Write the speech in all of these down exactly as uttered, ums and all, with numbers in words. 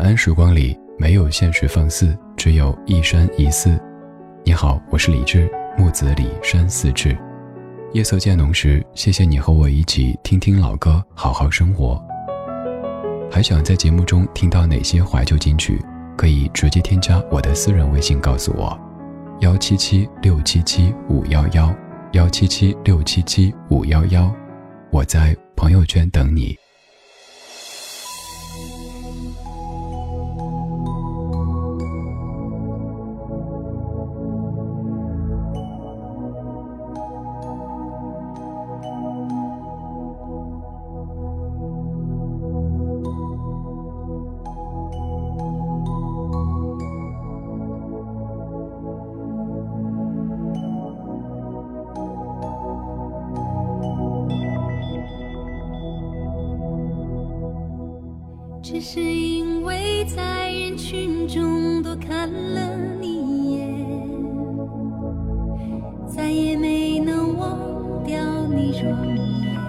安时光里没有现实放肆，只有一山一寺。你好，我是李志，木子李，山寺志。夜色渐浓时，谢谢你和我一起听听老歌，好好生活。还想在节目中听到哪些怀旧金曲，可以直接添加我的私人微信告诉我，幺七七六七七五幺幺，幺七七六七七五幺幺，我在朋友圈等你。 只是因为在人群中多看了你一眼，再也没能忘掉你容颜。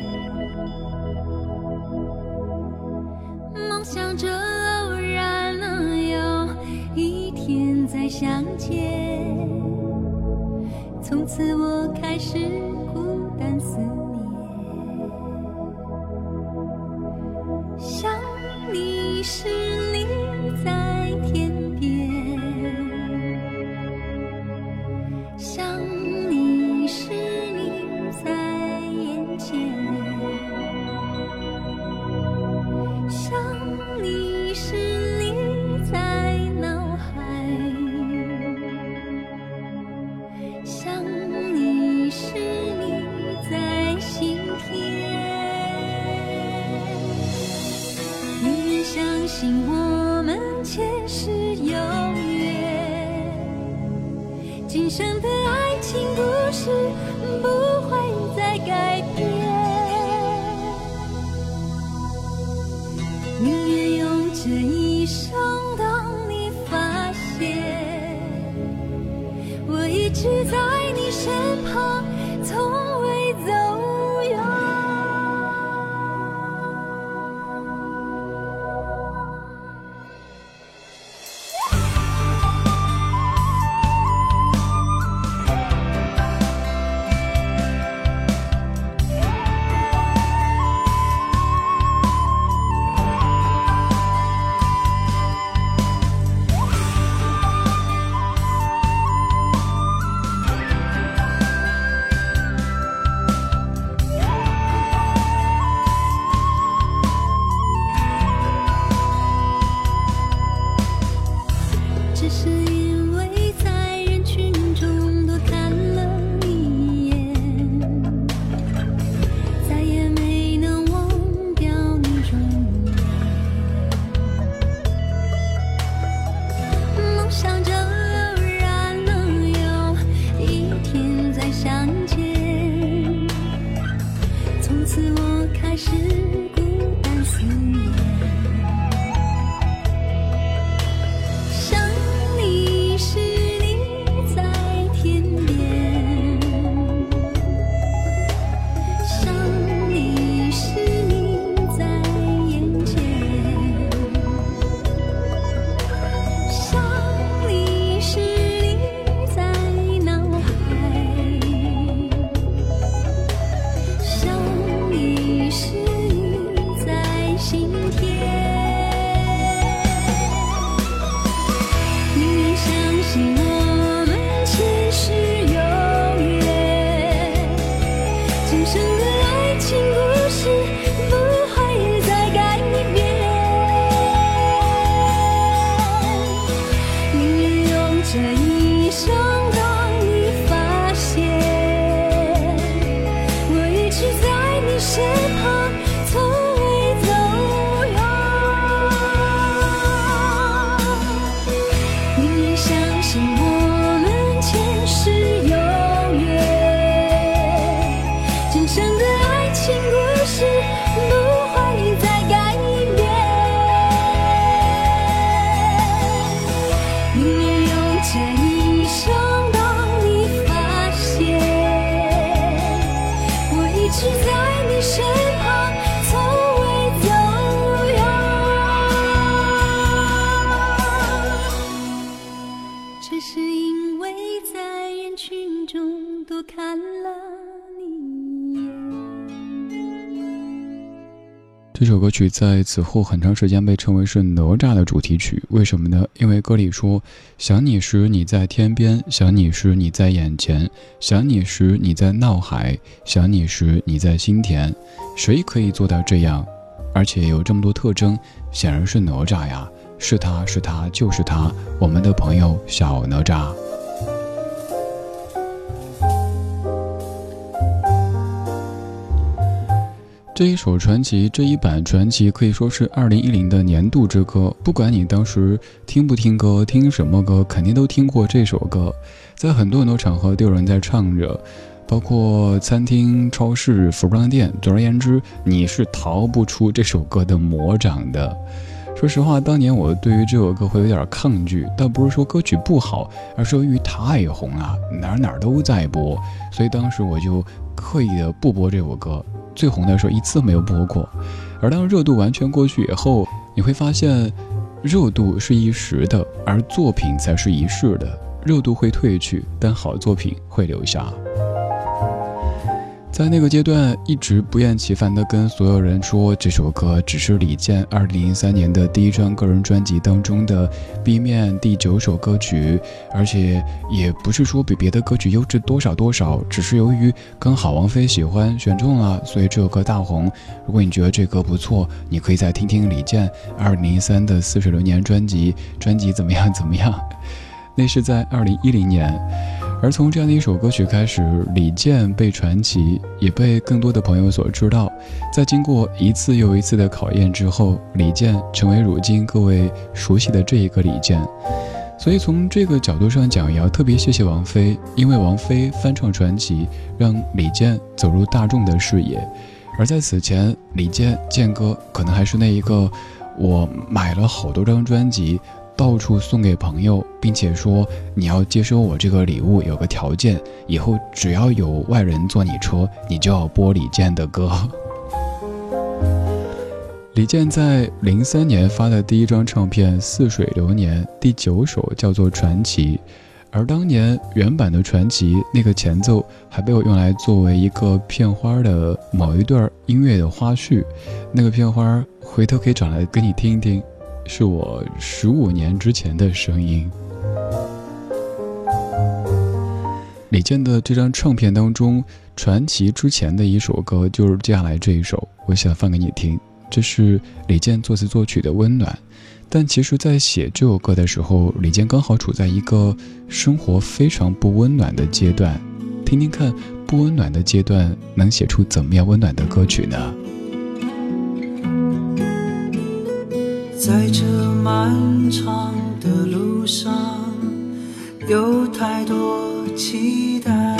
梦想着偶然能有一天再相见，从此我开始孤单思念。想你时你在天边，想你时你在眼前，想你时你在脑海，想你时你在心田。相信我们前世有缘，今生的爱情故事不会再改变。宁愿用这一生等你发现，我一直在你身旁，从未走远。 这首歌曲在此后很长时间被称为是哪吒的主题曲，为什么呢？因为歌里说，想你时你在天边，想你时你在眼前，想你时你在闹海，想你时你在心田，谁可以做到这样？而且有这么多特征，显然是哪吒呀，是他是他就是他，我们的朋友小哪吒。这一首传奇，这一版传奇可以说是二零一零的年度之歌。不管你当时听不听歌，听什么歌，肯定都听过这首歌，在很多很多场合都有人在唱着，包括餐厅、超市、服装店。总而言之，你是逃不出这首歌的魔掌的。说实话，当年我对于这首歌会有点抗拒，倒不是说歌曲不好，而是由于太红了，哪哪都在播，所以当时我就刻意的不播这首歌。最红的时候一次没有播过，而当热度完全过去以后，你会发现热度是一时的，而作品才是一世的。热度会退去，但好作品会留下。在那个阶段，一直不厌其烦地跟所有人说，这首歌只是李健二零零三年的第一张个人专辑当中的 B 面第九首歌曲，而且也不是说比别的歌曲优质多少多少，只是由于刚好王菲喜欢选中了，所以这首歌大红。如果你觉得这歌不错，你可以再听听李健二零零三的似水流年专辑，专辑怎么样怎么样？那是在二零一零年。而从这样的一首歌曲开始，李健被传奇，也被更多的朋友所知道。在经过一次又一次的考验之后，李健成为如今各位熟悉的这一个李健。所以从这个角度上讲，也要特别谢谢王菲，因为王菲翻唱传奇，让李健走入大众的视野。而在此前，李健健哥可能还是那一个我买了好多张专辑到处送给朋友，并且说你要接收我这个礼物有个条件，以后只要有外人坐你车，你就要播李健的歌。李健在零三年发的第一张唱片《似水流年》第九首叫做《传奇》，而当年原版的《传奇》那个前奏还被我用来作为一个片花的某一段音乐的花絮，那个片花回头可以找来给你听一听，是我十五年之前的声音。李健的这张唱片当中，传奇之前的一首歌就是接下来这一首，我想放给你听。这是李健作词作曲的《温暖》，但其实在写这首歌的时候，李健刚好处在一个生活非常不温暖的阶段。听听看，不温暖的阶段能写出怎么样温暖的歌曲呢？ 在这漫长的路上，有太多期待，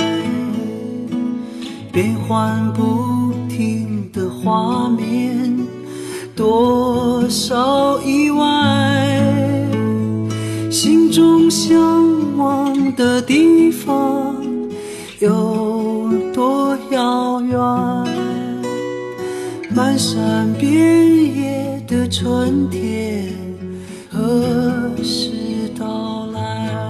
变幻不停的画面，多少意外，心中向往的地方有多遥远，漫山遍野的春天何时到来？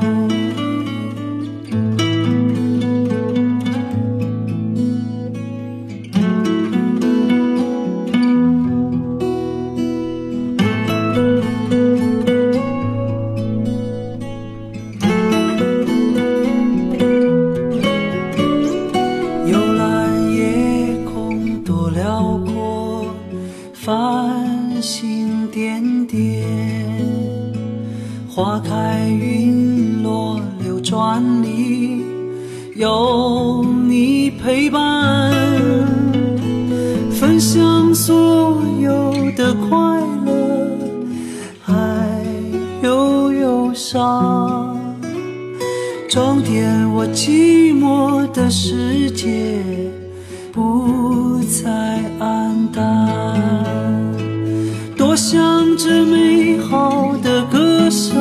幽蓝夜空多辽阔，繁星点点，花开云落流转里有你陪伴，分享所有的快乐还有忧伤，装点我寂寞的世界不再黯淡。多想这美好的歌声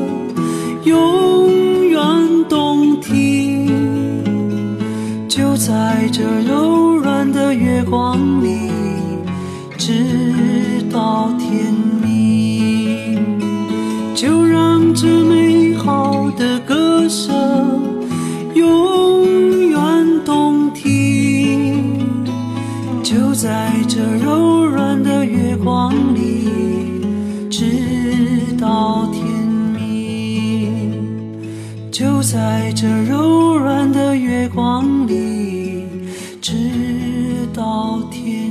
永远动听，就在这柔软的月光里，直到天明。就让这美好的歌声永远动听，就在这柔软的月留在这柔软的月光里，直到天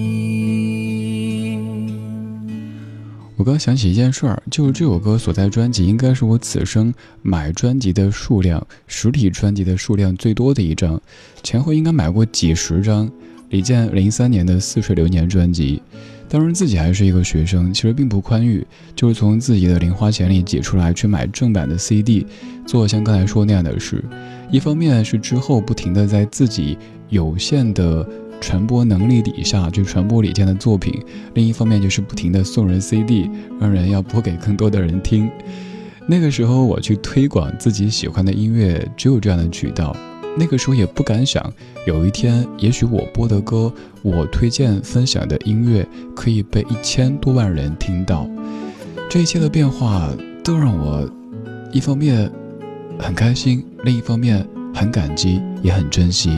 明。 我刚想起一件事儿，就是这首歌所在专辑应该是我此生买专辑的数量，实体专辑的数量最多的一张，前后应该买过几十张。李健零三年的《似水流年》专辑，当时自己还是一个学生，其实并不宽裕，就是从自己的零花钱里挤出来去买正版的 C D， 做像刚才说那样的事。一方面是之后不停地在自己有限的传播能力底下去传播李健的作品，另一方面就是不停地送人 C D， 让人要播给更多的人听。那个时候我去推广自己喜欢的音乐，只有这样的渠道。那个时候也不敢想，有一天也许我播的歌，我推荐分享的音乐可以被一千多万人听到。这一切的变化都让我一方面很开心，另一方面很感激，也很珍惜。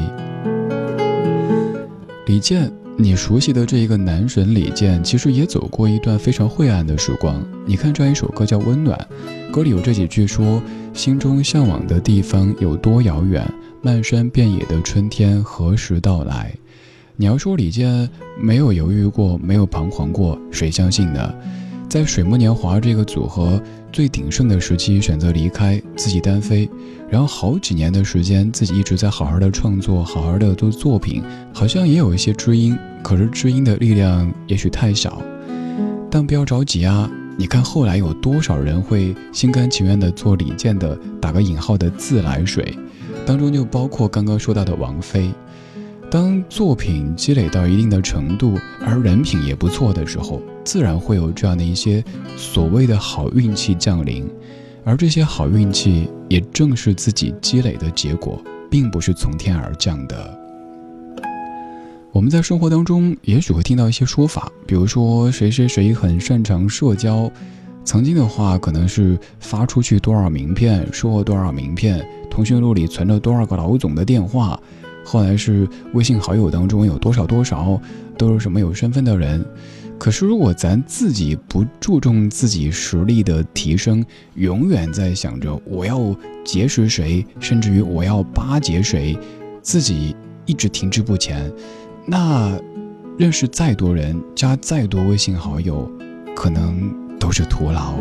李健，你熟悉的这一个男神李健，其实也走过一段非常晦暗的时光。你看这样一首歌叫《温暖》，歌里有这几句说：心中向往的地方有多遥远，漫山遍野的春天何时到来。你要说李健没有犹豫过，没有彷徨过，谁相信呢？在水木年华这个组合最鼎盛的时期选择离开，自己单飞，然后好几年的时间自己一直在好好的创作，好好的做作品，好像也有一些知音，可是知音的力量也许太小。但不要着急啊，你看后来有多少人会心甘情愿的做李健的打个引号的自来水，当中就包括刚刚说到的王菲。当作品积累到一定的程度，而人品也不错的时候，自然会有这样的一些所谓的好运气降临，而这些好运气也正是自己积累的结果，并不是从天而降的。我们在生活当中也许会听到一些说法，比如说谁谁谁很擅长社交，曾经的话可能是发出去多少名片，收获多少名片，通讯录里存着多少个老总的电话，后来是微信好友当中有多少多少都是什么有身份的人。可是如果咱自己不注重自己实力的提升，永远在想着我要结识谁，甚至于我要巴结谁，自己一直停滞不前，那认识再多人，加再多微信好友，可能都是徒劳。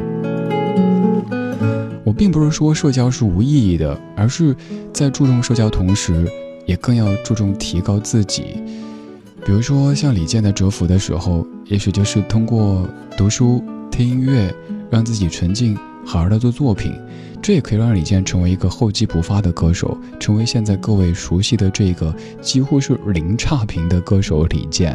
我并不是说社交是无意义的，而是在注重社交同时，也更要注重提高自己。比如说像李健的蛰伏的时候，也许就是通过读书听音乐让自己沉浸，好好的做作品，这也可以让李健成为一个厚积不发的歌手，成为现在各位熟悉的这个几乎是零差评的歌手李健。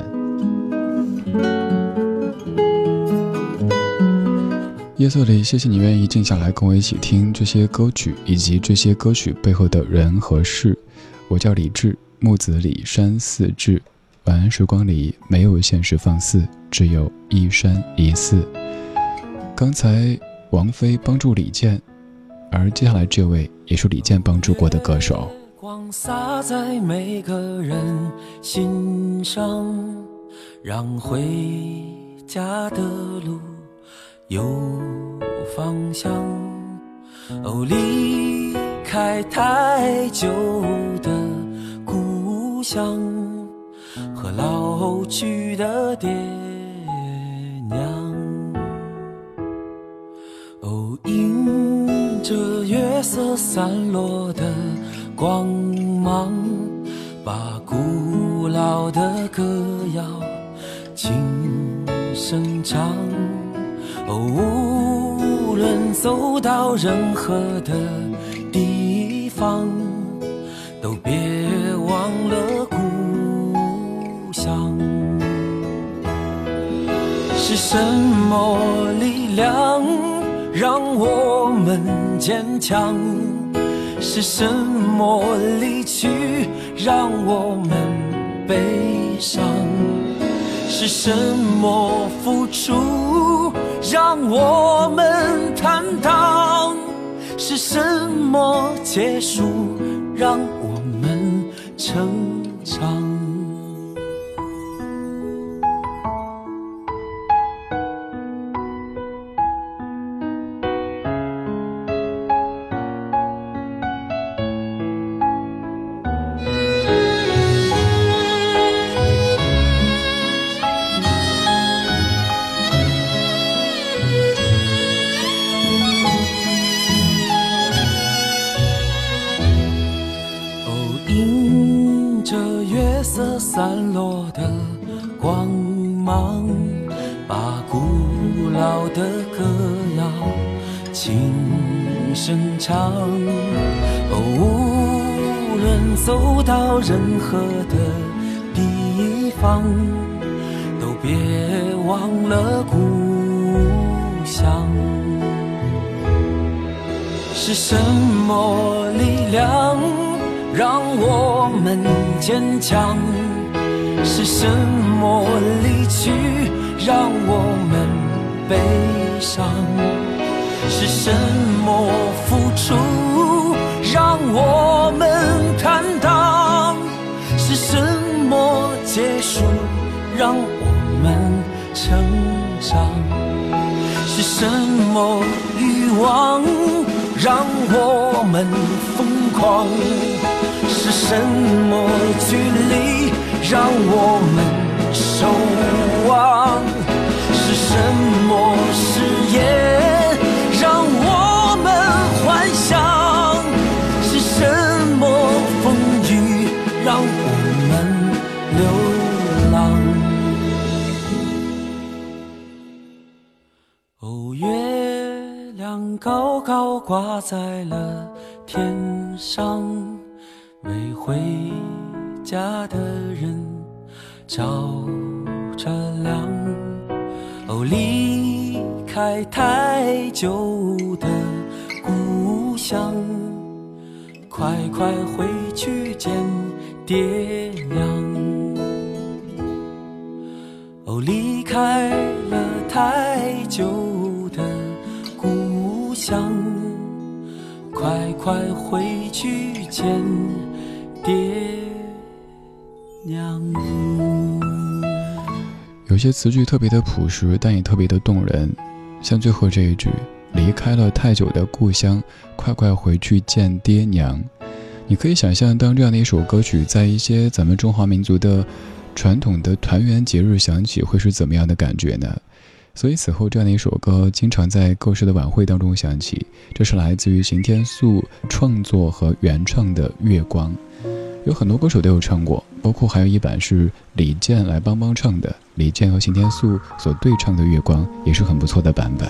夜色里，谢谢你愿意静下来跟我一起听这些歌曲，以及这些歌曲背后的人和事。我叫李志，木子李山寺志。晚安时光里没有现实放肆，只有一山一寺。刚才王菲帮助李健，而接下来这位也是李健帮助过的歌手。 光洒在每个人心上，让回家的路有方向。哦，离开太久的故乡和老去的爹娘。哦，迎着月色散落的光芒，把古老的歌谣轻声唱。哦，无论走到任何的地方，都别忘了故乡。是什么力量让我们坚强？是什么离去让我们悲伤？是什么付出让我们坦荡？是什么结束让我们成长？ 散落的光芒，把古老的歌谣轻声唱。哦，无论走到任何的地方，都别忘了故乡。是什么力量让我们坚强？是什么离去让我们悲伤？是什么付出让我们坦荡？是什么结束让我们成长？是什么欲望让我们疯狂？是什么距离让我们守望？是什么誓言让我们幻想？是什么风雨让我们流浪？哦，月亮高高挂在了天上，为回家的人照着亮。哦，离开太久的故乡，快快回去见爹娘。哦，离开了太久的故乡，快快回去见爹娘。 有些词句特别的朴实，但也特别的动人，像最后这一句，离开了太久的故乡，快快回去见爹娘。你可以想象，当这样的一首歌曲在一些咱们中华民族的传统的团圆节日响起，会是怎么样的感觉呢？所以此后这样的一首歌经常在各式的晚会当中响起。这是来自于邢天素创作和原唱的《月光》，有很多歌手都有唱过，包括还有一版是李健来帮帮唱的，李健和邢天素所对唱的《月光》也是很不错的版本。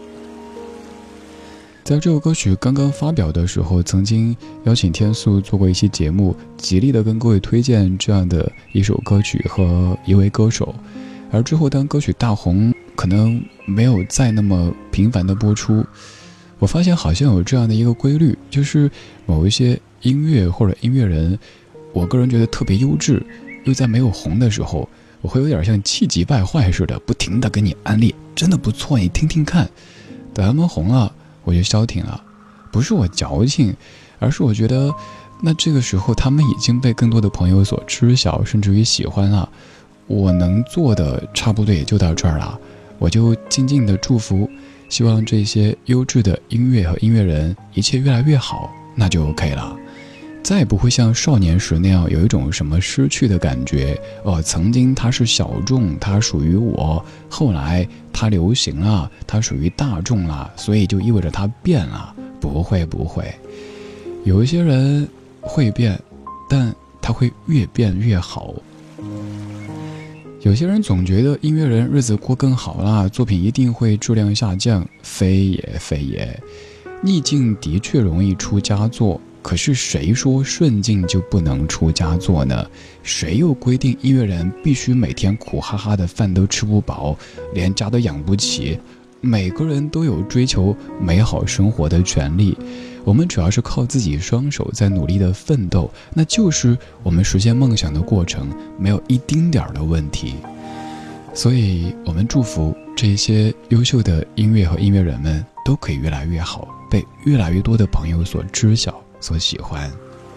在这首歌曲刚刚发表的时候，曾经邀请天素做过一期节目，极力的跟各位推荐这样的一首歌曲和一位歌手。而之后当歌曲大红，可能没有再那么频繁的播出，我发现好像有这样的一个规律，就是某一些音乐或者音乐人，我个人觉得特别优质，又在没有红的时候，我会有点像气急败坏似的，不停的跟你安利，真的不错，你听听看。等他们红了，我就消停了。不是我矫情，而是我觉得那这个时候他们已经被更多的朋友所知晓，甚至于喜欢了。我能做的差不多也就到这儿了，我就静静的祝福，希望这些优质的音乐和音乐人一切越来越好，那就 OK 了。再也不会像少年时那样有一种什么失去的感觉，哦，曾经他是小众，他属于我，后来他流行了，他属于大众了，所以就意味着他变了。不会不会，有一些人会变，但他会越变越好。有些人总觉得音乐人日子过更好啦，作品一定会质量下降，非也非也。逆境的确容易出佳作，可是谁说顺境就不能出佳作呢？谁又规定音乐人必须每天苦哈哈的饭都吃不饱，连家都养不起？每个人都有追求美好生活的权利，我们只要是靠自己双手在努力的奋斗，那就是我们实现梦想的过程，没有一丁点的问题。所以我们祝福这些优秀的音乐和音乐人们都可以越来越好，被越来越多的朋友所知晓，所喜欢。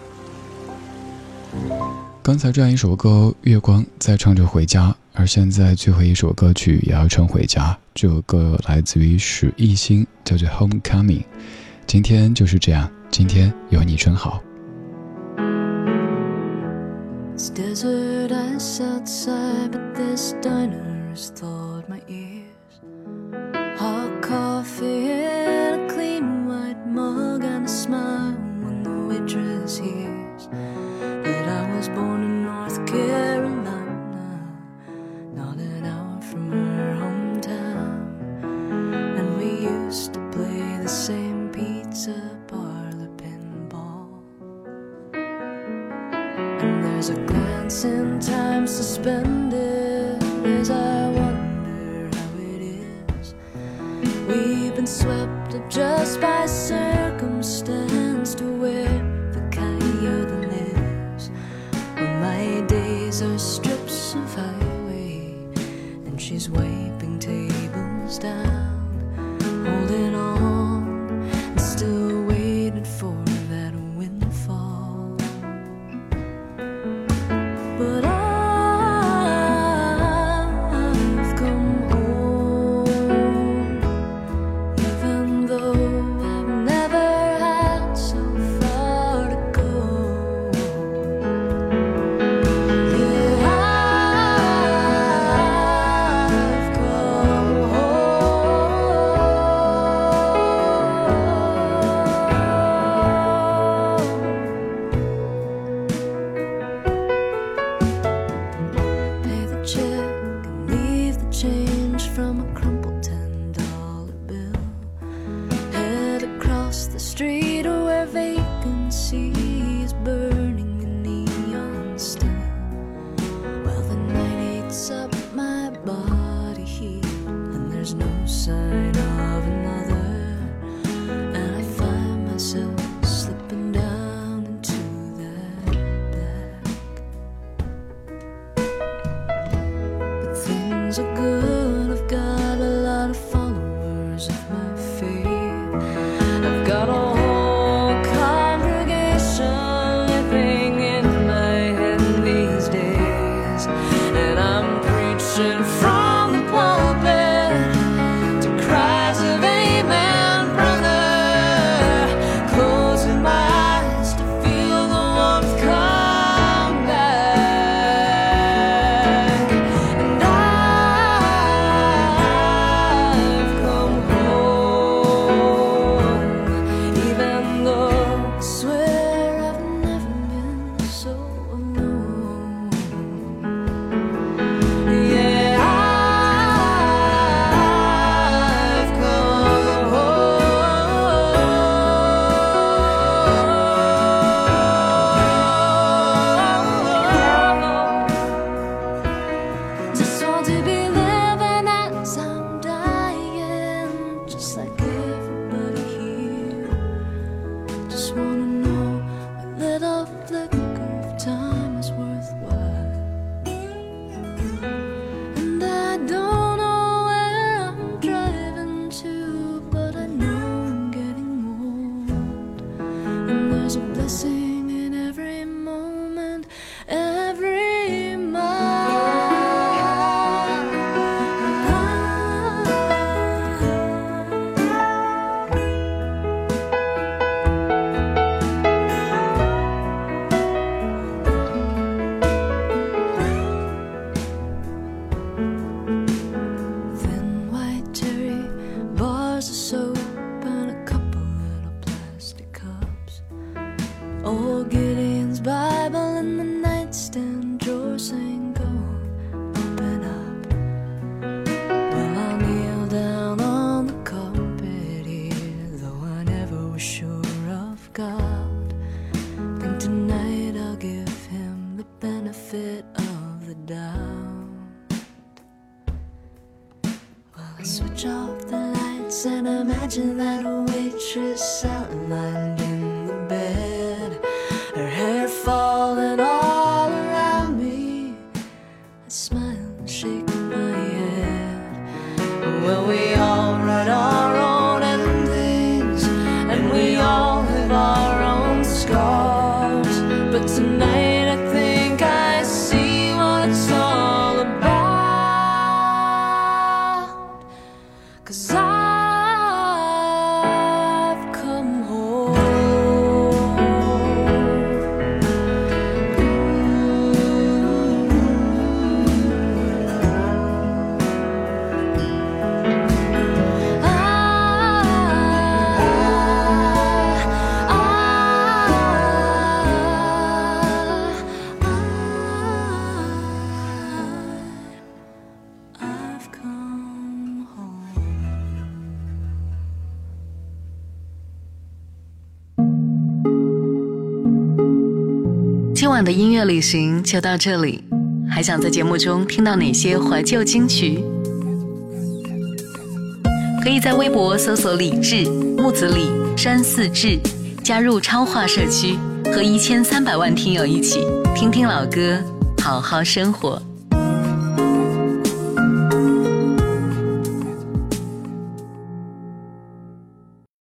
刚才这样一首歌《月光》在唱着回家，而现在最后一首歌曲也要唱回家。这首歌来自于史艺兴，叫做 Homecoming。 今天就是这样，今天有你真好。 It's desert ice outside, but this diner has thawed my ears. Hot coffee in a clean white mug and a smile when the waitress hears that I was born in North Carolina. used to play the same pizza parlor pinball. And there's a glance in time suspended as I wonder how it is. We've been swept up just by circumstance to where the coyote lives. Well, my days are strips of highway, and she's wiping tables down, holding on, and still waiting for that windfall. But I've come home, even though I've never had so far to go. Yeah, I've come home. Pay the check and leave the change from a crumpled ten dollar bill. Head across the street where vacancy is burning in neon still. Well, the night eats up my body heat, and there's no sign of another. And I find myself slipping down into that black. But things are good, I've got a lot of followers of my faith. I've got a whole congregation living in my head these days. And I'm preaching from the pulpit to cries of amen, brother. Closing my eyes to feel the warmth come back. And I've come home, even though I swear I've never been so alone. Yeah, I've come home. Just want to be living as I'm dying, just like everybody here. Just wanna know what little flicker of time is worthwhile. And I don't know where I'm driving to, but I know I'm getting old. And there's a blessing in every moment, every mile. Thin white terry, bars of soap, and a couple little plastic cups. Old Gideon's Bible in the nightstand drawer saying, "Go open up." Well, I'll kneel down on the carpet here, though I never was sure of God. Think tonight I'll give him the benefit of the doubt. Well, I switch off the lights and imagine that waitress outlined in the bed, her hair falling all around me. I smile and shake my head. Well, we all write our own endings, and we all have our own scars. But tonight I think I see what it's all about. 'Cause I've come home. I've come home. 晚的音乐旅行就到这里，还想在节目中听到哪些怀旧金曲？可以在微博搜索李志、木子李、山寺志，加入超话社区，和一千三百万听友一起听听老歌，好好生活。